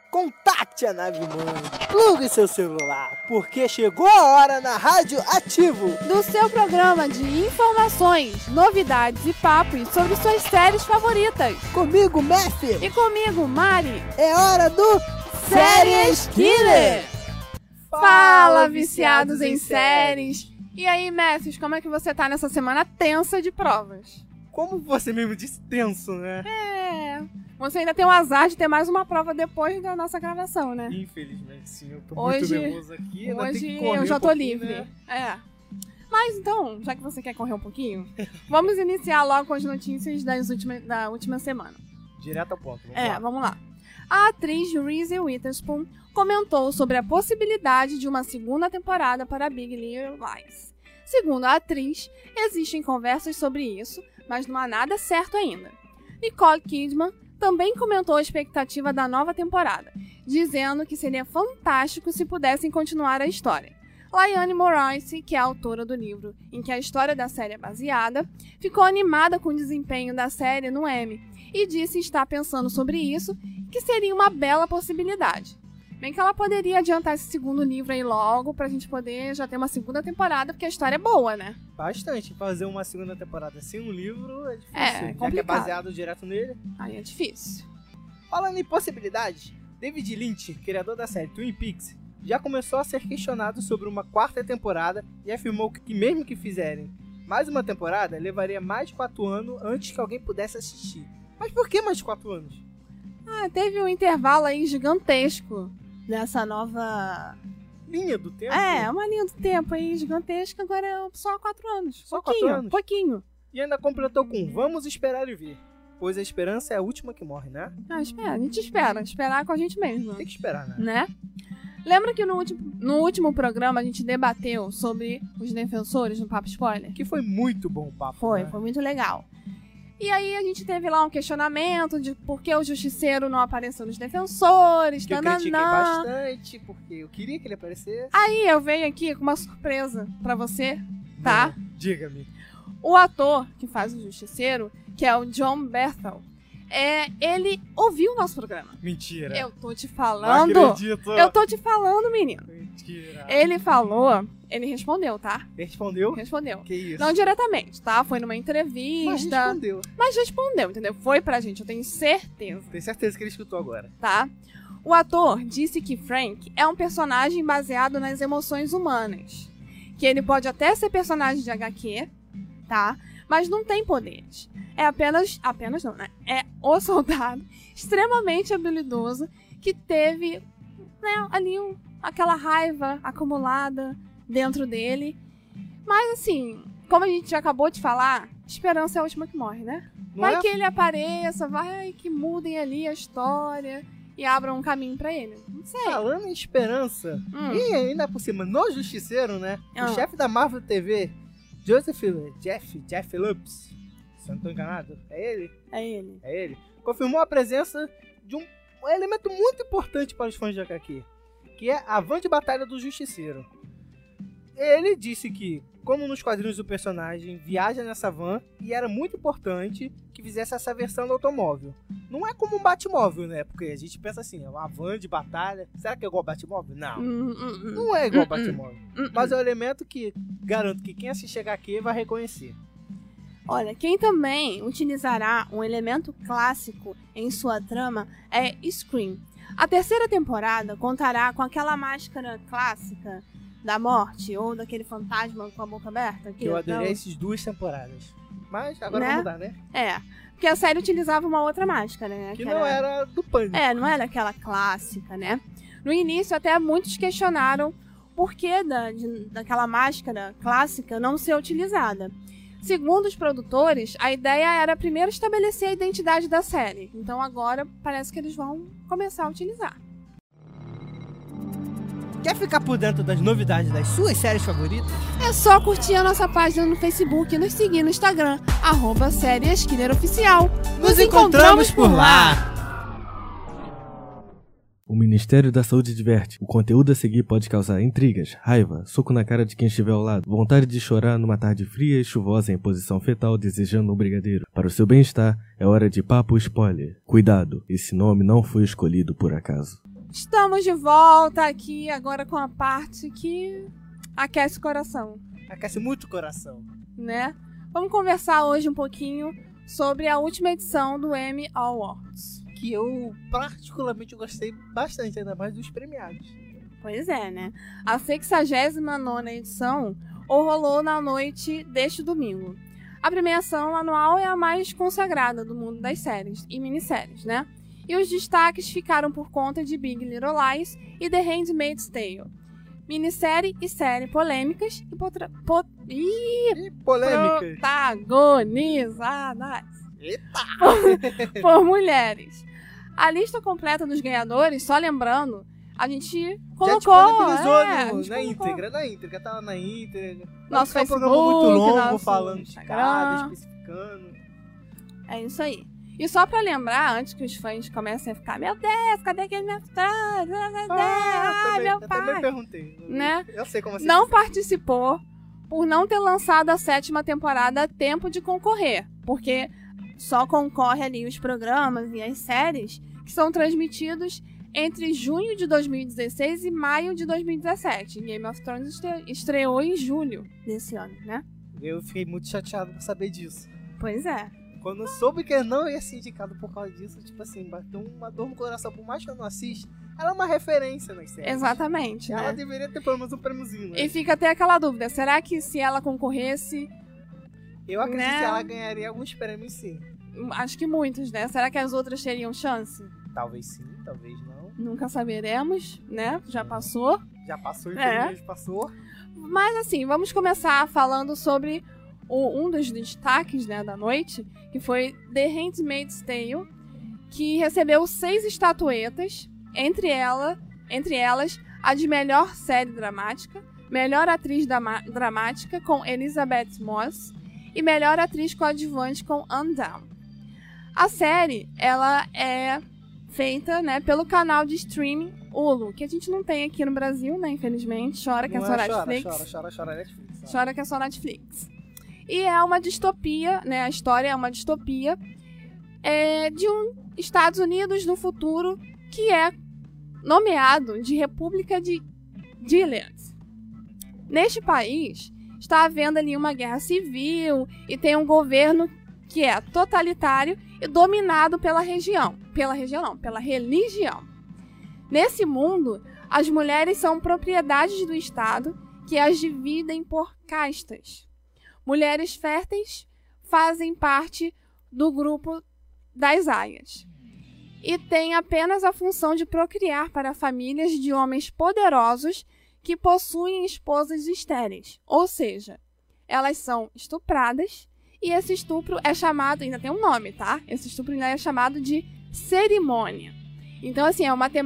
Contacte a nave mãe, plugue seu celular, porque chegou a hora na Rádio Ativo do seu programa de informações, novidades e papos sobre suas séries favoritas. Comigo, Matthew. E comigo, Mari. É hora do Séries Killer. Fala, viciados em séries. E aí, Matthew, como é que você tá nessa semana tensa de provas? Como você mesmo disse, tenso, né? Você ainda tem o azar de ter mais uma prova depois da nossa gravação, né? Infelizmente, sim. Eu tô muito nervoso aqui. Hoje eu já tô livre. Né? Mas então, já que você quer correr um pouquinho, vamos iniciar logo com as notícias da última semana. Direto ao ponto. Vamos lá. A atriz Reese Witherspoon comentou sobre a possibilidade de uma segunda temporada para Big Little Lies. Segundo a atriz, existem conversas sobre isso, mas não há nada certo ainda. Nicole Kidman também comentou a expectativa da nova temporada, dizendo que seria fantástico se pudessem continuar a história. Liane Morrissey, que é a autora do livro em que a história da série é baseada, ficou animada com o desempenho da série no Emmy e disse estar pensando sobre isso, que seria uma bela possibilidade. Bem que ela poderia adiantar esse segundo livro aí logo pra gente poder já ter uma segunda temporada, porque a história é boa, né? Bastante. Fazer uma segunda temporada sem um livro é difícil. É complicado. Já que é baseado direto nele. Aí é difícil. Falando em possibilidades, David Lynch, criador da série Twin Peaks, já começou a ser questionado sobre uma quarta temporada e afirmou que mesmo que fizerem mais uma temporada, levaria mais de 4 anos antes que alguém pudesse assistir. Mas por que mais de 4 anos? Teve um intervalo aí gigantesco dessa nova linha do tempo? Uma linha do tempo aí gigantesca, agora é só 4 anos. Só 4 anos? Pouquinho. E ainda completou com vamos esperar e ver. Pois a esperança é a última que morre, né? A gente espera. Esperar com a gente mesmo. Tem que esperar, né? Lembra que no último programa a gente debateu sobre os defensores no Papo Spoiler? Que foi muito bom o papo. Foi muito legal. E aí a gente teve lá um questionamento de por que o Justiceiro não apareceu nos defensores. Que eu critiquei bastante, porque eu queria que ele aparecesse. Aí eu venho aqui com uma surpresa pra você, tá? Diga-me. O ator que faz o Justiceiro, que é o John Bernthal, ele ouviu o nosso programa. Mentira. Eu tô te falando. Não acredito. Eu tô te falando, menino. Mentira. Ele respondeu, tá? Respondeu? Respondeu. Que isso? Não diretamente, tá? Foi numa entrevista. Mas respondeu, entendeu? Foi pra gente, eu tenho certeza. Tenho certeza que ele escutou agora. Tá? O ator disse que Frank é um personagem baseado nas emoções humanas. Que ele pode até ser personagem de HQ, tá? Mas não tem poderes. É apenas não, né? É o soldado extremamente habilidoso que teve, né, ali aquela raiva acumulada dentro dele. Mas assim, como a gente já acabou de falar, esperança é a última que morre, né? Vai que ele apareça, vai que mudem ali a história e abram um caminho pra ele. Não sei. Falando em esperança, e ainda por cima, no Justiceiro, né? O chefe da Marvel TV, Jeff Phillips, se eu não tô enganado, é ele? É ele. Confirmou a presença de um elemento muito importante para os fãs de HQ, que é a van de batalha do Justiceiro. Ele disse que, como nos quadrinhos o personagem viaja nessa van, e era muito importante que fizesse essa versão do automóvel. Não é como um Batmóvel, né? Porque a gente pensa assim, é uma van de batalha. Será que é igual ao Batmóvel? Não. Não é igual ao Batmóvel. Mas é um elemento que garanto que quem assiste HQ vai reconhecer. Olha, quem também utilizará um elemento clássico em sua trama é Scream. A terceira temporada contará com aquela máscara clássica da morte, ou daquele fantasma com a boca aberta. Eu adorei essas 2 temporadas. Mas agora vai mudar, né? Porque a série utilizava uma outra máscara, né? Que não era do Pânico. Não era aquela clássica, né? No início, até muitos questionaram o porquê daquela máscara clássica não ser utilizada. Segundo os produtores, a ideia era primeiro estabelecer a identidade da série. Então agora parece que eles vão começar a utilizar. Quer ficar por dentro das novidades das suas séries favoritas? É só curtir a nossa página no Facebook e nos seguir no Instagram, @SériesKillerOficial. Nos encontramos por lá! O Ministério da Saúde diverte. O conteúdo a seguir pode causar intrigas, raiva, soco na cara de quem estiver ao lado, vontade de chorar numa tarde fria e chuvosa em posição fetal desejando um brigadeiro. Para o seu bem-estar, é hora de Papo Spoiler. Cuidado, esse nome não foi escolhido por acaso. Estamos de volta aqui agora com a parte que aquece o coração, Aquece muito o coração. né? Vamos conversar hoje um pouquinho sobre a última edição do Emmy Awards. Que eu particularmente gostei bastante, ainda mais dos premiados. Pois é, né? A 69ª edição rolou na noite deste domingo. A premiação anual é a mais consagrada do mundo das séries e minisséries, né? E os destaques ficaram por conta de Big Little Lies e The Handmaid's Tale. Minissérie e série polêmicas e Polêmicas. protagonizadas Eita! por mulheres. A lista completa dos ganhadores, só lembrando, a gente colocou... Já disponibilizou a gente na colocou. íntegra, tava na íntegra. Nosso Vai ficar um Facebook, programa muito longo, nosso falando de Instagram. cada, especificando. É isso aí. E só pra lembrar, antes que os fãs comecem a ficar, meu Deus, cadê Game of Thrones? Ai, meu Eu também pai. perguntei. Né? Eu sei como você Não disse. participou por não ter lançado a 7ª temporada a tempo de concorrer. Porque só concorre ali os programas e as séries que são transmitidos entre junho de 2016 e maio de 2017. Game of Thrones estreou em julho desse ano, né? Eu fiquei muito chateado por saber disso. Pois é. Quando eu soube que eu não ia ser indicado por causa disso, tipo assim, bateu uma dor no coração. Por mais que eu não assista, ela é uma referência nas séries. Exatamente, Ela né? deveria ter pelo menos um prêmiozinho, né? E fica até aquela dúvida, será que se ela concorresse, Eu acredito né? que ela ganharia alguns prêmios, sim. acho que muitos, né? Será que as outras teriam chance? Talvez sim, talvez não. Nunca saberemos, né? Já passou. Já passou, É. infelizmente passou. Mas assim, vamos começar falando sobre um dos destaques, né, da noite, que foi The Handmaid's Tale, que recebeu 6 estatuetas, entre elas a de melhor série dramática, melhor atriz dramática com Elizabeth Moss e melhor atriz coadjuvante com Anne Down. A série, ela é feita, né, pelo canal de streaming Hulu, que a gente não tem aqui no Brasil, né, infelizmente. Chora que é Não só é, Netflix. chora Netflix. Chora que é só Netflix. E é uma distopia, né? A história é uma distopia de um Estados Unidos no futuro que é nomeado de República de Gilead. Neste país, está havendo ali uma guerra civil e tem um governo que é totalitário e dominado pela religião. Nesse mundo, as mulheres são propriedades do Estado que as dividem por castas. Mulheres férteis fazem parte do grupo das aias e têm apenas a função de procriar para famílias de homens poderosos que possuem esposas estéreis. Ou seja, elas são estupradas e esse estupro é chamado, ainda tem um nome, tá? Esse estupro ainda é chamado de cerimônia. Então, assim, é uma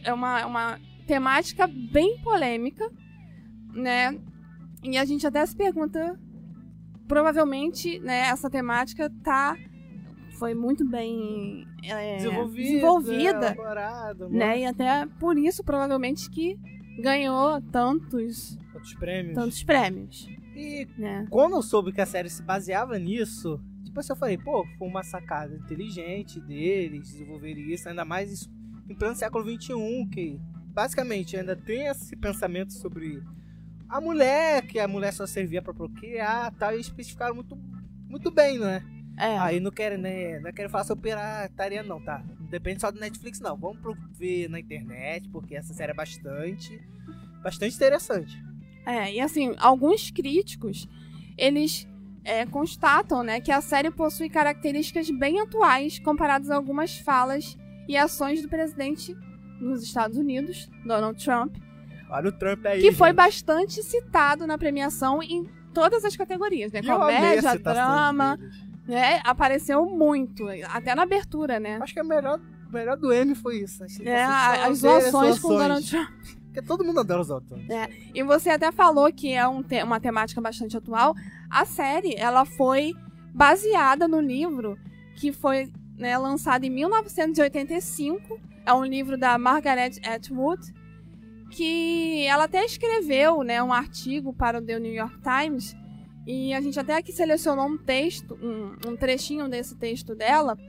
temática bem polêmica, né? E a gente até se pergunta, provavelmente, né, essa temática foi muito bem desenvolvida, elaborada, né? E até por isso, provavelmente, que ganhou tantos prêmios, E né? quando eu soube que a série se baseava nisso, depois eu falei, pô, foi uma sacada inteligente deles desenvolverem isso, ainda mais isso em pleno século XXI, que basicamente ainda tem esse pensamento sobre a mulher, que a mulher só servia pra procriar e tal, e especificaram muito, muito bem, né? Aí não querem, né? Não querem falar sobre pirataria, não, tá? Não depende só do Netflix, não. Vamos ver na internet, porque essa série é bastante interessante. E assim, alguns críticos, eles constatam, né, que a série possui características bem atuais comparadas a algumas falas e ações do presidente nos Estados Unidos, Donald Trump, Olha o Trump aí, que foi gente. bastante citado na premiação em todas as categorias, né? E eu amei a Comédia, citação drama, deles. né? Apareceu muito, até na abertura, né? Acho que o melhor do M foi isso. As zoações com o Donald Trump. Porque todo mundo adora os autores. E você até falou que é uma temática bastante atual. A série, ela foi baseada no livro que foi, né, lançado em 1985. É um livro da Margaret Atwood, que ela até escreveu, né, um artigo para o The New York Times. E a gente até aqui selecionou um texto, um trechinho desse texto dela,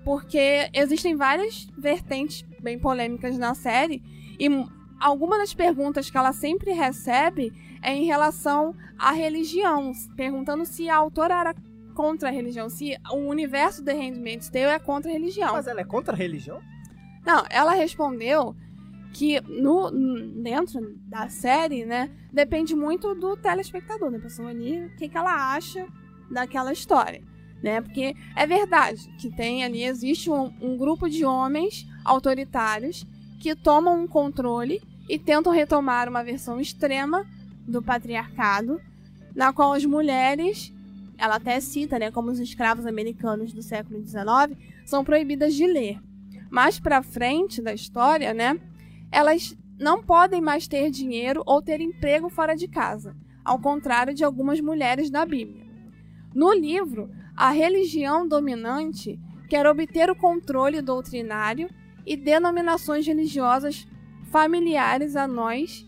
porque existem várias vertentes bem polêmicas na série, e alguma das perguntas que ela sempre recebe é em relação à religião, perguntando se a autora era contra a religião, se o universo The Handmaid's Tale é contra a religião. Mas ela é contra a religião? Não, ela respondeu que dentro da série, né, depende muito do telespectador, da pessoa ali, o que ela acha daquela história, né? Porque é verdade que existe um grupo de homens autoritários que tomam um controle e tentam retomar uma versão extrema do patriarcado, na qual as mulheres, ela até cita, né, como os escravos americanos do século XIX, são proibidas de ler. Mais pra frente da história, né, elas não podem mais ter dinheiro ou ter emprego fora de casa, ao contrário de algumas mulheres da Bíblia. No livro, a religião dominante quer obter o controle doutrinário e denominações religiosas familiares a nós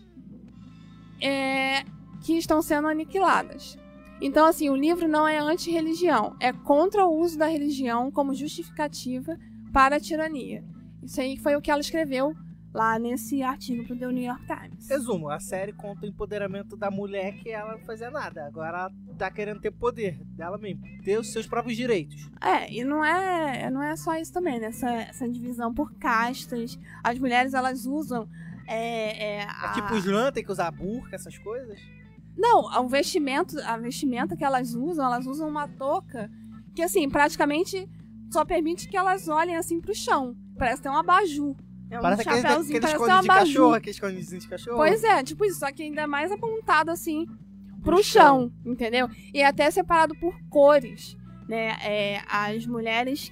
que estão sendo aniquiladas. Então, assim, o livro não é anti-religião, é contra o uso da religião como justificativa para a tirania. Isso aí foi o que ela escreveu lá nesse artigo pro The New York Times. Resumo, a série conta o empoderamento da mulher, que ela não fazia nada. Agora ela tá querendo ter poder dela mesma, ter os seus próprios direitos. E não é só isso também, né? Essa divisão por castas. As mulheres, elas usam... Tipo os lã, tem que usar burca, essas coisas? Não, a vestimenta que elas usam uma touca que, assim, praticamente só permite que elas olhem, assim, pro chão. Parece ter um abajur. Parece aquele esconde de cachorro, aquele escondezinho de cachorro. Pois é, tipo isso, só que ainda mais apontado, assim, pro chão, entendeu? E até separado por cores, né? As mulheres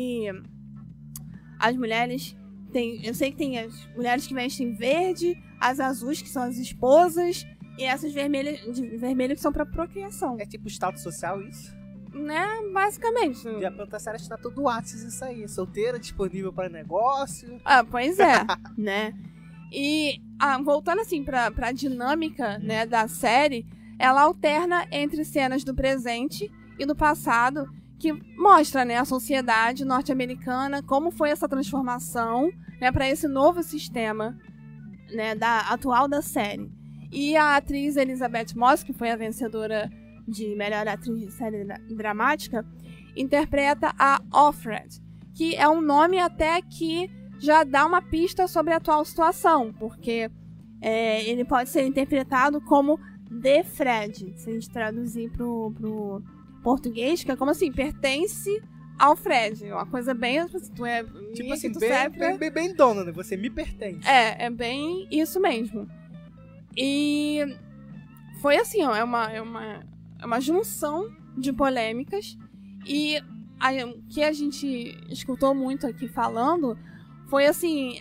tem... Eu sei que tem as mulheres que vestem verde, as azuis, que são as esposas, e essas vermelhas que são pra procriação. É tipo status social isso? Né, basicamente. Já pergunta se era status do Whats isso aí. Solteira, disponível para negócio. Pois é, né? E voltando assim pra dinâmica, né, da série, ela alterna entre cenas do presente e do passado, que mostra, né, a sociedade norte-americana, como foi essa transformação, né, para esse novo sistema, né, atual da série. E a atriz Elizabeth Moss, que foi a vencedora de melhor atriz de série dramática, interpreta a Offred, que é um nome até que já dá uma pista sobre a atual situação, porque ele pode ser interpretado como The Fred, se a gente traduzir pro português, que é como assim, pertence ao Fred, uma coisa bem assim, tu é tipo assim, bem dona, né? Você me pertence. É bem isso mesmo. E foi assim, ó, é uma junção de polêmicas, e o que a gente escutou muito aqui falando foi assim,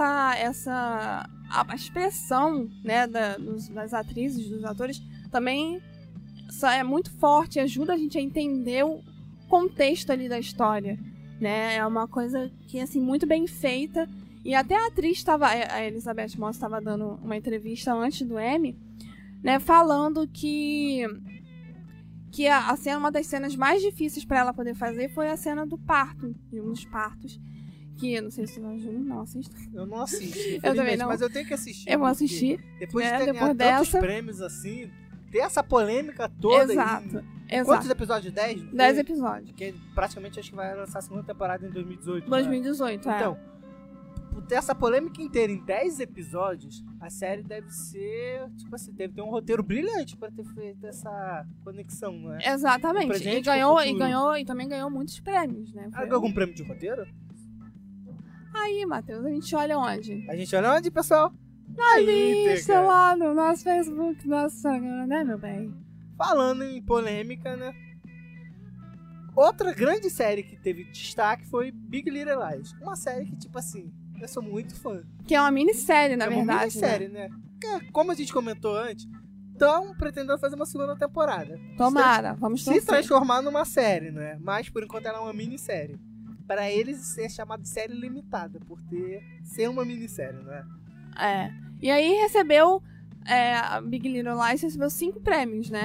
a expressão, né, das atrizes, dos atores, também é muito forte, ajuda a gente a entender o contexto ali da história, né? É uma coisa que assim, muito bem feita, e até a atriz a Elizabeth Moss estava dando uma entrevista antes do Emmy, né, falando que a cena, uma das cenas mais difíceis para ela poder fazer foi a cena do parto, de um dos partos, que eu não sei se você não assiste. Eu não assisto, eu também não, mas eu tenho que assistir. Eu vou assistir. Depois de ter ganhado tantos prêmios assim, ter essa polêmica toda. Exato. Quantos episódios? 10? 10 episódios. Que praticamente acho que vai lançar a segunda temporada em 2018. 2018, né? Então, por ter essa polêmica inteira em 10 episódios, a série deve ser, tipo assim, deve ter um roteiro brilhante pra ter feito essa conexão, não é? Exatamente. E também ganhou muitos prêmios, né? Ganhou algum prêmio de roteiro? Aí, Matheus, a gente olha onde? A gente olha onde, pessoal? Na lista, lá no nosso Facebook, nosso Instagram, né, meu bem? Falando em polêmica, né? Outra grande série que teve destaque foi Big Little Lies. Uma série que, tipo assim, eu sou muito fã. Que é uma minissérie, na verdade. É uma minissérie, né? Como a gente comentou antes, estão pretendendo fazer uma segunda temporada. Tomara, vamos torcer. Se transformar numa série, né? Mas, por enquanto, ela é uma minissérie. Para eles, é chamado de série limitada, por ser uma minissérie, né? E aí recebeu... a Big Little Lies recebeu 5 prêmios, né?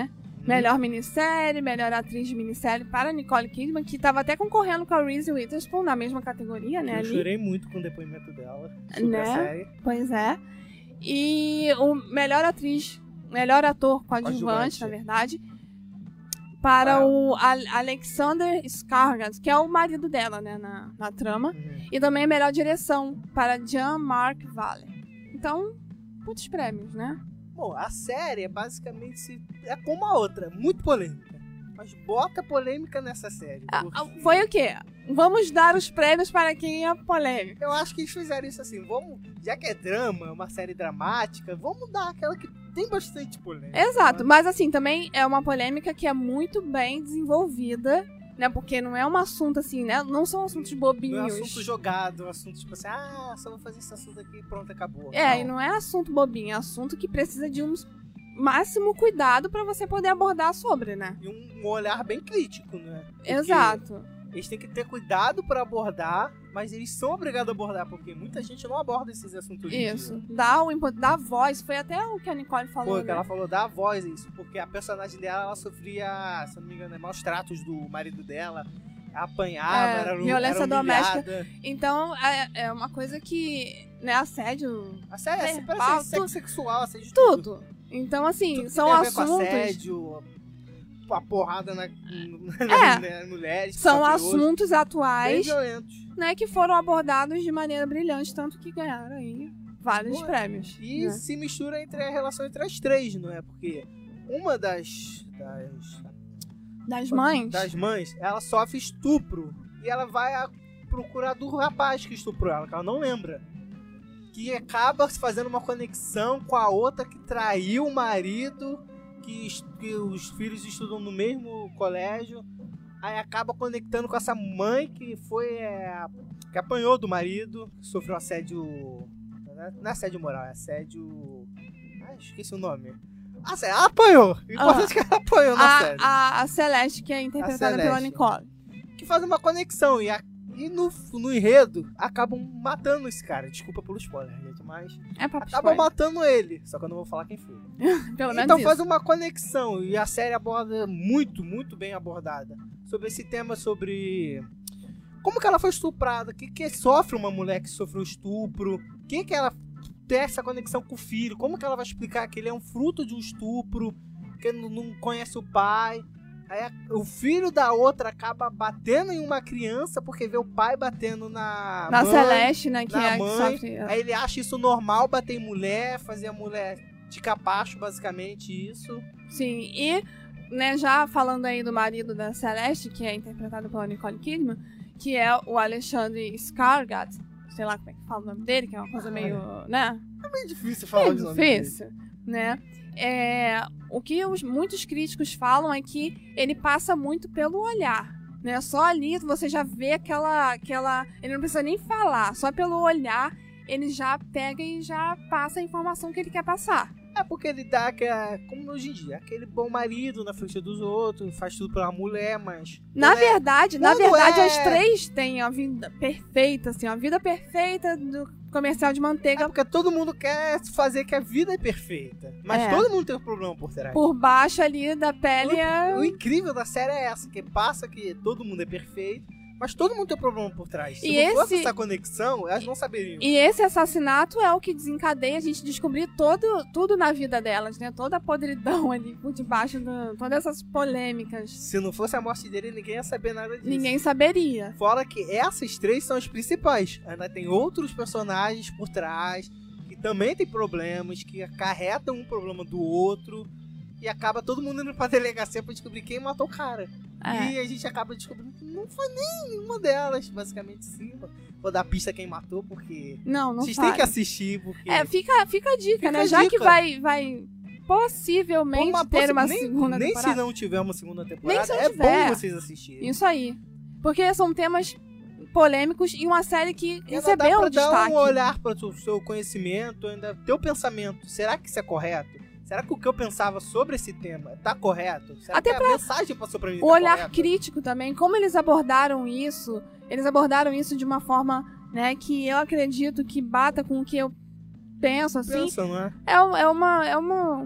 Melhor minissérie, melhor atriz de minissérie para Nicole Kidman, que estava até concorrendo com a Reese Witherspoon na mesma categoria, né? Eu chorei muito com o depoimento dela sobre Né? a série. Pois é. E o melhor ator coadjuvante, na verdade, para o Alexander Skarsgård, que é o marido dela, né, na trama. E também melhor direção para Jean-Marc Vallée. Então, muitos prêmios, né? Bom, a série é basicamente como a outra, muito polêmica. Mas bota polêmica nessa série. Porque... Foi o quê? Vamos dar os prêmios para quem é polêmico. Eu acho que eles fizeram isso assim, já que é drama, uma série dramática, vamos dar aquela que tem bastante polêmica. Exato, mas assim, também é uma polêmica que é muito bem desenvolvida, né? Porque não é um assunto assim, né? Não são assuntos bobinhos. Não é assunto jogado, assunto tipo assim, só vou fazer esse assunto aqui e pronto, acabou. E não é assunto bobinho, é assunto que precisa de um máximo cuidado pra você poder abordar sobre, né? E um olhar bem crítico, né? Porque Exato. Eles têm que ter cuidado pra abordar, mas eles são obrigados a abordar, porque muita gente não aborda esses assuntos. Isso. Dá voz, foi até o que a Nicole falou, que ela falou, dá voz a isso, porque a personagem dela, ela sofria, se eu não me engano, maus tratos do marido dela, apanhava, era violência doméstica. humilhada. Então, é uma coisa que, né, assédio... Assédio, parece sexo sexual, assédio tudo. Então, assim, tudo são tem a ver assuntos... com assédio, a porrada nas mulheres. São assuntos atuais, bem violentos, né, que foram abordados de maneira brilhante, tanto que ganharam aí vários prêmios. E né? se mistura entre a relação entre as três, não é? Porque uma das mães, ela sofre estupro e ela vai à procura do rapaz que estuprou ela, que ela não lembra. Que acaba fazendo uma conexão com a outra que traiu o marido, que os filhos estudam no mesmo colégio. Aí acaba conectando com essa mãe que foi que apanhou do marido, que sofreu assédio. Não é assédio moral, é assédio. Esqueci o nome. Ela apanhou. O importante é que ela apanhou na série. A Celeste, que é interpretada pela Nicole. Que faz uma conexão. E no enredo, acabam matando esse cara. Desculpa pelo spoiler, gente, mas... acabam matando ele. Só que eu não vou falar quem foi. Pelo menos então isso. faz uma conexão. E a série aborda muito, muito bem abordada. Sobre esse tema, sobre... Como que ela foi estuprada? O que sofre uma mulher que sofreu estupro? O que ela tem essa conexão com o filho? Como que ela vai explicar que ele é um fruto de um estupro? Que ele não conhece o pai? Aí o filho da outra acaba batendo em uma criança porque vê o pai batendo na mãe, Celeste, né? Que é mãe. Que sofre... Aí ele acha isso normal, bater em mulher, fazer a mulher de capacho, basicamente isso. Sim, e né, já falando aí do marido da Celeste, que é interpretado pela Nicole Kidman, que é o Alexander Skarsgård, sei lá como é que fala o nome dele, que é uma coisa meio, né? É meio difícil falar o nome dele. Difícil, né? O que muitos críticos falam é que ele passa muito pelo olhar, né? Só ali você já vê aquela... Ele não precisa nem falar, só pelo olhar ele já pega e já passa a informação que ele quer passar. É porque ele dá, como hoje em dia, aquele bom marido na frente dos outros, faz tudo pela mulher, mas... Na verdade, as três têm a vida perfeita, assim, a vida perfeita do comercial de manteiga. É porque todo mundo quer fazer que a vida é perfeita, mas todo mundo tem um problema por trás. Por baixo ali da pele O incrível da série é essa, que passa que todo mundo é perfeito, mas todo mundo tem um problema por trás. Se não fosse essa conexão, elas não saberiam. E esse assassinato é o que desencadeia a gente descobrir tudo na vida delas, né? Toda a podridão ali por debaixo de todas essas polêmicas. Se não fosse a morte dele, ninguém ia saber nada disso. Ninguém saberia. Fora que essas três são as principais. Ainda tem outros personagens por trás que também tem problemas, que acarretam um problema do outro. E acaba todo mundo indo pra delegacia pra descobrir quem matou o cara. E a gente acaba descobrindo que não foi nenhuma delas, basicamente, sim. Vou dar pista quem matou, porque... Não vocês têm que assistir, porque... Fica a dica, né? Já que vai possivelmente ter uma segunda temporada. Nem se não tiver uma segunda temporada, bom vocês assistirem. Isso aí. Porque são temas polêmicos e uma série que recebeu um destaque. Dar um olhar para o seu conhecimento, ainda teu pensamento. Será que isso é correto? Será que o que eu pensava sobre esse tema tá correto? Será que a mensagem passou pra mim o olhar crítico também, como eles abordaram isso de uma forma, né, que eu acredito que bata com o que eu penso, assim. Não é? É uma... Não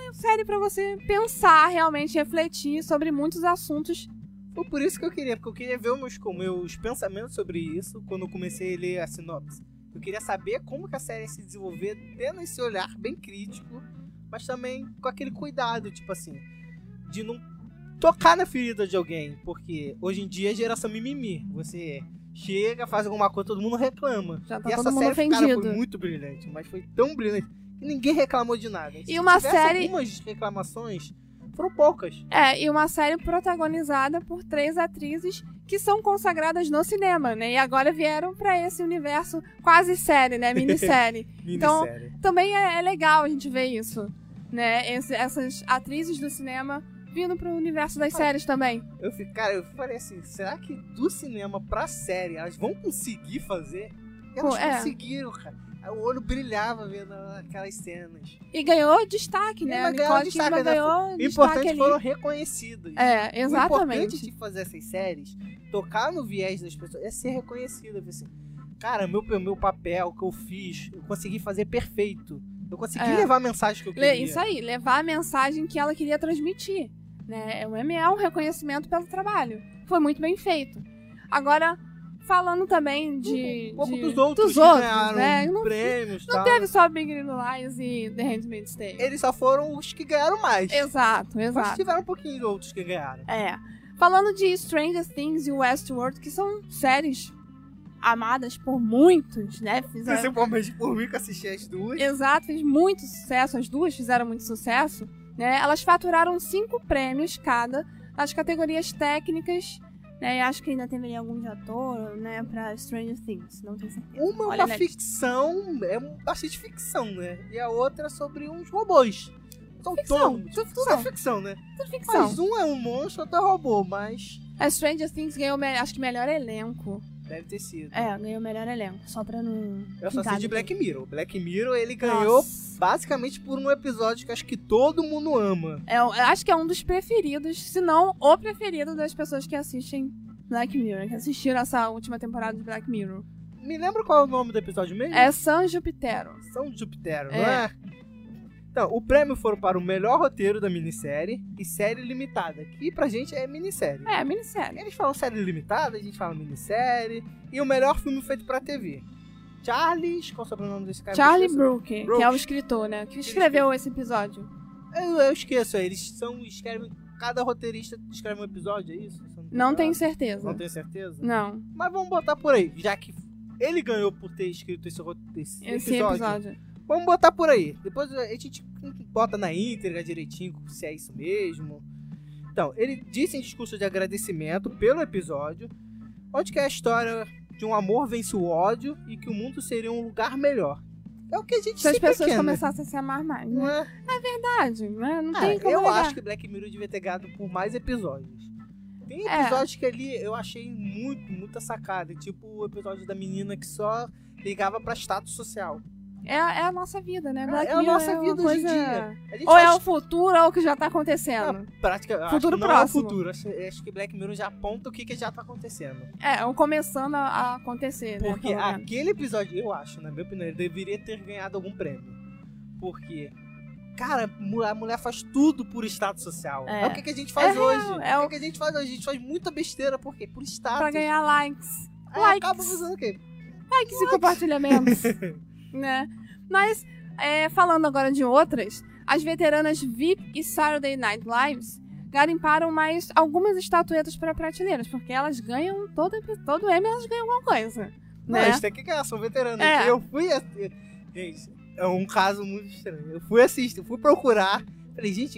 uma série pra você pensar, realmente refletir sobre muitos assuntos. Foi por isso que eu queria, porque eu queria ver meus pensamentos sobre isso quando eu comecei a ler a sinopse. Eu queria saber como que a série ia se desenvolver, tendo esse olhar bem crítico, mas também com aquele cuidado, tipo assim, de não tocar na ferida de alguém, porque hoje em dia é geração mimimi. Você chega, faz alguma coisa, todo mundo reclama. Já tá e todo essa mundo série, cara, ofendido. foi muito brilhante, mas foi tão brilhante que ninguém reclamou de nada. E uma tivesse série- algumas reclamações, foram poucas. E uma série protagonizada por 3 atrizes que são consagradas no cinema, né? E agora vieram pra esse universo quase série, né? Minissérie. Então, Minissérie. também é legal a gente ver isso, né? Essas atrizes do cinema vindo pro universo das séries também. Eu falei assim, será que do cinema pra série elas vão conseguir fazer? E elas conseguiram, cara. O olho brilhava vendo aquelas cenas. E ganhou destaque, né? A Nicole Kidman ganhou O destaque importante ali. foram reconhecidas. É, O importante exatamente. de fazer essas séries, tocar no viés das pessoas, é ser reconhecida. Assim, cara, meu papel que eu fiz, eu consegui fazer perfeito. Eu consegui levar a mensagem que eu queria. Isso aí, levar a mensagem que ela queria transmitir. Né? O Emmy é um reconhecimento pelo trabalho. Foi muito bem feito. Agora, falando também Um pouco dos outros que ganharam né? prêmios. Não teve só Big Little Lies e The Handmaid's Tale. Eles só foram os que ganharam mais. Exato. Mas tiveram um pouquinho de outros que ganharam. Falando de Stranger Things e Westworld, que são séries amadas por muitos, né? Principalmente por mim que assisti as duas. Exato, fez muito sucesso. As duas fizeram muito sucesso. Né? Elas faturaram 5 prêmios cada nas categorias técnicas. Né? E acho que ainda teve algum de ator, né? Pra Stranger Things, não tenho certeza. Uma é uma ficção, bastante ficção, né? E a outra é sobre uns robôs. São todos. Tudo é ficção, né? Tudo ficção. Mas um é um monstro, outro é robô, mas A Stranger Things ganhou, acho que, melhor elenco. deve ter sido. Ganhou melhor elenco. Só pra não... Eu só sei de Black Mirror. Black Mirror, ele Nossa. ganhou basicamente por um episódio que acho que todo mundo ama. Eu acho que é um dos preferidos, se não o preferido das pessoas que assistem Black Mirror, que assistiram essa última temporada de Black Mirror. Me lembra qual é o nome do episódio mesmo? É San Jupitero. São Jupitero, não é? Então, o prêmio foram para o melhor roteiro da minissérie e série limitada, que pra gente é minissérie. Minissérie. Eles falam série limitada, a gente fala minissérie. E o melhor filme feito pra TV. Charles, qual é o sobrenome desse cara? Charlie Brooker, que é o escritor, né? Que escreveu esse episódio. Eu esqueço, eles escrevem. Cada roteirista escreve um episódio, é isso? Não tenho certeza. Não tenho certeza? Não. Mas vamos botar por aí, já que ele ganhou por ter escrito esse episódio. Vamos botar por aí. Depois a gente bota na íntegra direitinho se é isso mesmo. Então, ele disse em discurso de agradecimento pelo episódio, onde que é a história de um amor vence o ódio e que o mundo seria um lugar melhor. É o que a gente Se as sempre pessoas quer, começassem a se amar mais, né? Não né? é? É verdade, né? Não tem como eu negar. acho que Black Mirror devia ter ganhado por mais episódios. Tem episódios que ali eu achei muita sacada. Tipo o episódio da menina que só ligava pra status social. É a nossa vida, né? Black É a Mirror nossa é uma vida hoje em coisa... dia. A gente Ou faz é o futuro ou o que já tá acontecendo. prática, Futuro acho que não próximo. é o futuro. Acho que Black Mirror já aponta o que já tá acontecendo. Ou começando a acontecer, né? Porque aquele episódio, eu acho, na minha opinião, ele deveria ter ganhado algum prêmio. Porque, cara, a mulher faz tudo por status social. É o que a gente faz hoje. O que a gente faz hoje. A gente faz muita besteira. Por quê? Por status. Pra ganhar likes. Acaba fazendo o quê? Likes e compartilhamentos. Né? Mas, falando agora de outras, as veteranas VIP e Saturday Night Lives garimparam mais algumas estatuetas para prateleiras, porque elas ganham todo Emmy, elas ganham alguma coisa. Né? Não, isso tem que ganhar, são veteranas. Eu fui... Gente, é um caso muito estranho. Eu fui assistir, fui procurar. Falei, gente,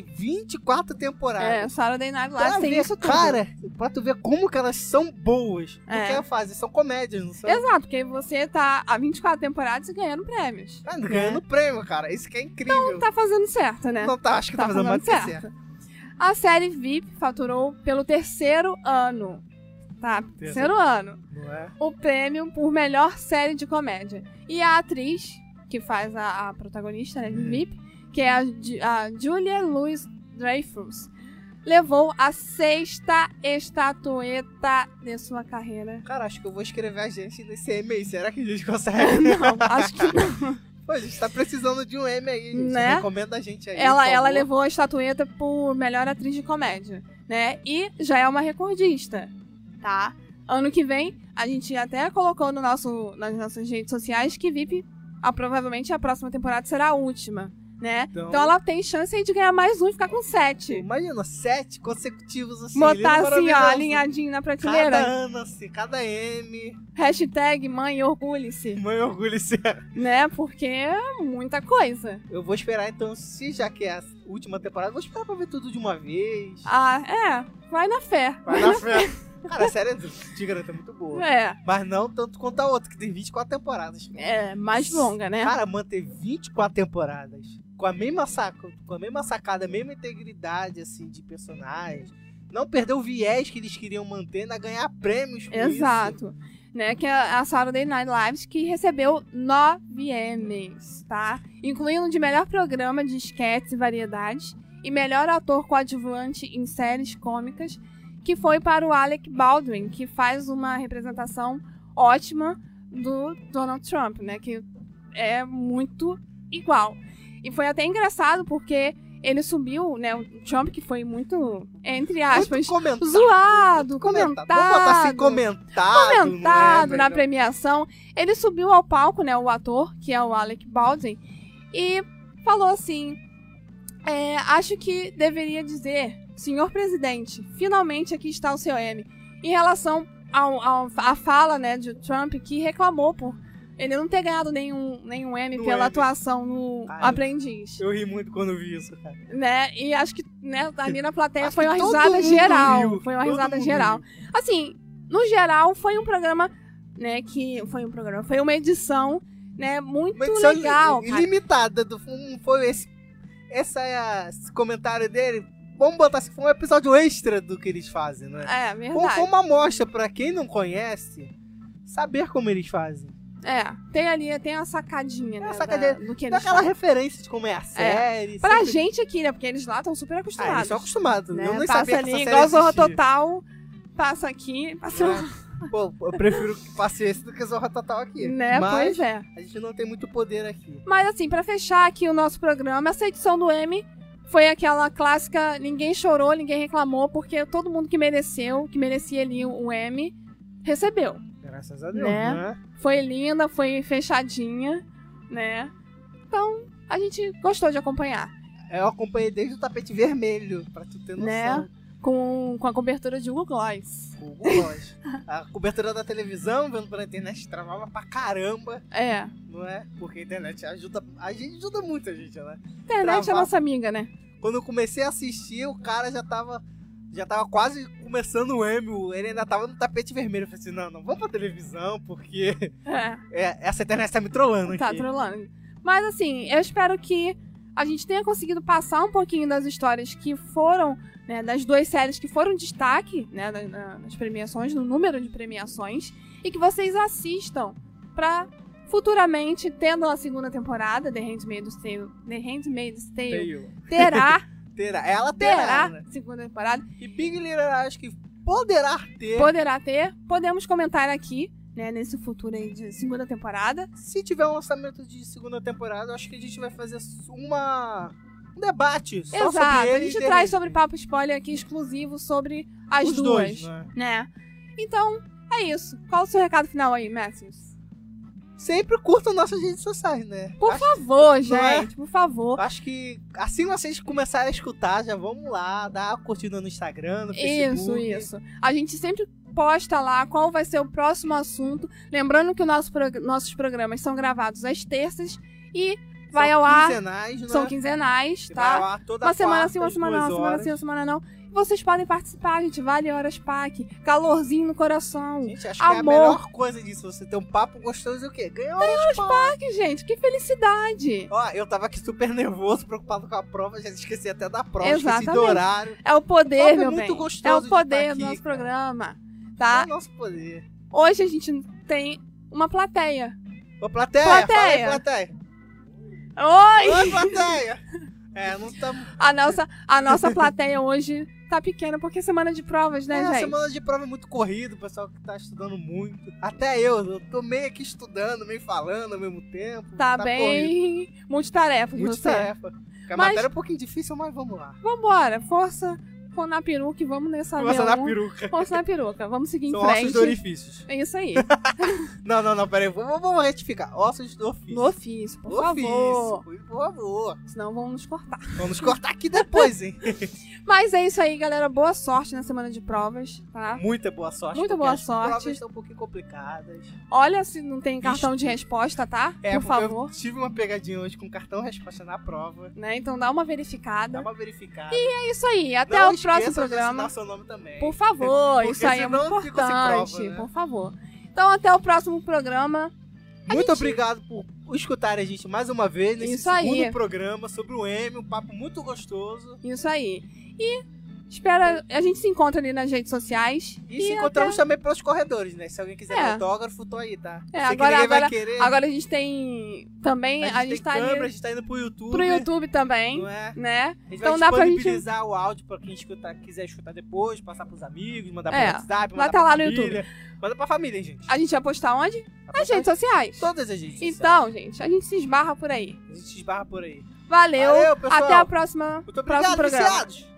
24 temporadas. Saturday Night Live tem isso tudo. Cara, pra tu ver como que elas são boas. O que elas fazem? São comédias, não são? Exato, porque você tá há 24 temporadas e ganhando prêmios. Ganhando prêmio, cara. Isso que é incrível. Então tá fazendo certo, né? Não tá, acho que tá fazendo mais do que certo. A série VIP faturou pelo 3º ano. Tá, terceiro ano. Não é? O prêmio por melhor série de comédia. E a atriz que faz a protagonista, né, de VIP, que é a Julia Louis-Dreyfus, levou a 6ª estatueta de sua carreira. Cara, acho que eu vou escrever a gente nesse e-mail. Será que a gente consegue? Não, acho que não. Pô, a gente tá precisando de um M aí, gente. Né? Recomenda a gente aí, Ela levou a estatueta por melhor atriz de comédia, né? E já é uma recordista, tá? Ano que vem, a gente até colocou nas nossas redes sociais que VIP, provavelmente a próxima temporada será a última, né? Então ela tem chance aí de ganhar mais um e ficar com 7. Imagina, 7 consecutivos assim. Botar assim, ó, alinhadinho na prateleira. Cada ano, assim, cada M. Hashtag mãe orgulhe-se. Mãe orgulhe-se. Né? Porque é muita coisa. Eu vou esperar então, se já que é a última temporada, vou esperar pra ver tudo de uma vez. Vai na fé. Vai na fé. Cara, a série te garanto é muito boa. É. Mas não tanto quanto a outra, que tem 24 temporadas. É, mais longa, né? Cara, manter 24 temporadas com a mesma sacada, a mesma integridade, assim, de personagens. Não perder o viés que eles queriam manter, ainda ganhar prêmios com Exato. isso. Né, que é a Saturday Night Live, que recebeu 9 Emmys, tá? Incluindo de melhor programa de esquetes e variedades e melhor ator coadjuvante em séries cômicas, que foi para o Alec Baldwin, que faz uma representação ótima do Donald Trump, né? Que é muito igual. E foi até engraçado porque ele subiu, né? O Trump, que foi muito, entre aspas, muito zoado, comentado. Vamos botar assim, comentado na premiação. Ele subiu ao palco, né? O ator, que é o Alec Baldwin, e falou assim: acho que deveria dizer, senhor presidente, finalmente aqui está o seu M. Em relação à fala, né, de Trump, que reclamou por ele não ter ganhado nenhum M pela atuação no Aprendiz. Eu ri muito quando vi isso, cara. Né? E acho que, né, ali na plateia foi uma risada geral. Foi uma risada geral. Assim, no geral, foi um programa, né, foi uma edição, né, muito legal. Ilimitada. Foi esse comentário dele. Vamos botar assim, foi um episódio extra do que eles fazem, né? É, verdade. Foi uma amostra pra quem não conhece saber como eles fazem. Tem uma sacadinha, né? Do que eles daquela fazem. referência de como é a série. Pra gente aqui, né? Porque eles lá estão super acostumados. Eles estão acostumados. Né? Eu nem passa sabia ali, que essa igual série Zorra existia. Total, passa aqui, passa lá. Pô, eu prefiro que passe esse do que Zorra Total aqui. Né? Mas Pois é. a gente não tem muito poder aqui. Mas assim, pra fechar aqui o nosso programa, essa edição do Emmy foi aquela clássica, ninguém chorou, ninguém reclamou, porque todo mundo que merecia ali o Emmy, recebeu. Graças a Deus, né? Foi linda, foi fechadinha, né? Então, a gente gostou de acompanhar. Eu acompanhei desde o tapete vermelho, pra tu ter noção. Né? Com a cobertura de Hugo Gloss. Hugo Gloss. A cobertura da televisão, vendo pela internet, travava pra caramba. É. Não é? Porque a internet ajuda muito a gente, né? Internet é nossa amiga, né? Quando eu comecei a assistir, o cara já tava quase começando o Emmy, ele ainda tava no tapete vermelho. Eu falei assim, não, vamos pra televisão, porque essa internet tá me trollando aqui. Tá trolando. Mas assim, eu espero que a gente tenha conseguido passar um pouquinho das histórias que foram, né, das 2 séries que foram destaque, né, nas premiações, no número de premiações, e que vocês assistam pra futuramente, tendo a segunda temporada, The Handmaid's Tale terá né? segunda temporada. E Big Little acho que poderá ter. Podemos comentar aqui, né, nesse futuro aí de segunda temporada. Se tiver um lançamento de segunda temporada, acho que a gente vai fazer um debate só sobre ele. A gente traz sobre Papo Spoiler aqui exclusivo sobre as duas, né? Então, é isso. Qual o seu recado final aí, Matthews? Sempre curtam nossas redes sociais, né? Por favor, gente, por favor. Acho que assim vocês começarem a escutar, já vamos lá, dar uma curtida no Instagram, no Facebook. Isso. A gente sempre posta lá qual vai ser o próximo assunto. Lembrando que nossos programas são gravados às terças e vai ao ar. São quinzenais, tá? Vai ao ar toda uma semana sim, uma semana não, semana sim, uma semana não. Vocês podem participar, gente. Vale Horas PAC. Calorzinho no coração. Gente, acho que é a melhor coisa disso. Você ter um papo gostoso e o quê? Ganhar Horas PAC, gente. Que felicidade. Ó, eu tava aqui super nervoso, preocupado com a prova. Já esqueci até da prova. Exatamente. Esqueci do horário. É o poder, meu muito bem. Gostoso é o poder aqui, do nosso cara. programa. Tá? É o nosso poder. Hoje a gente tem uma plateia. Ô, plateia. Fala aí, plateia. Oi! Oi, plateia. Não estamos... A nossa plateia hoje tá pequena, porque é semana de provas, né, A gente? semana de prova é muito corrido, o pessoal que tá estudando muito. Até eu tô meio aqui estudando, meio falando ao mesmo tempo. Tá corrido. bem multitarefas, Muita você. tarefa. Porque a Mas- matéria é um pouquinho difícil, mas vamos lá. Vambora, força na peruca e vamos nessa Força na V1. peruca. Força na peruca. Vamos seguir São em frente. ossos do orifícios. É isso aí. Não, peraí. Vamos retificar. Ossos do ofício. No ofício, por favor. Por favor. Senão vão nos cortar. Vamos cortar aqui depois, hein? Mas é isso aí, galera. Boa sorte na semana de provas, tá? Muita boa sorte. Muita porque boa as sorte. provas estão um pouquinho complicadas. Olha se não tem cartão de resposta, tá? Por Porque favor. eu tive uma pegadinha hoje com cartão resposta na prova. Né? Então dá uma verificada. Dá uma verificada. É isso aí. Até Não o próximo esqueça de programa. assinar seu nome também. Por favor, Porque isso aí é muito senão fica sem importante. prova, né? Por favor. Então, até o próximo programa. Muito obrigado por escutar a gente mais uma vez nesse Isso aí. segundo programa sobre o M, um papo muito gostoso. Isso aí. E espera, a gente se encontra ali nas redes sociais. E se encontramos também pelos corredores, né? Se alguém quiser É. autógrafo, tô aí, tá? É, Sei que agora- ninguém vai agora- querer. Agora a gente tem também. a gente tem tá câmera, a ali gente tá indo pro YouTube. pro YouTube também, Não é? né? A gente Então vai dá pra gente. disponibilizar o áudio pra quem quiser escutar depois, passar pros amigos, mandar pro É, WhatsApp, vai mandar tá pra lá no família. Manda pra família, hein, gente. A gente vai postar onde? Vai Nas postar redes sociais. Todas as redes sociais. Então, gente, a gente se esbarra por aí. A gente esbarra por aí. Valeu, Valeu, pessoal. até a próxima, Muito próximo obrigado, programa. viciados.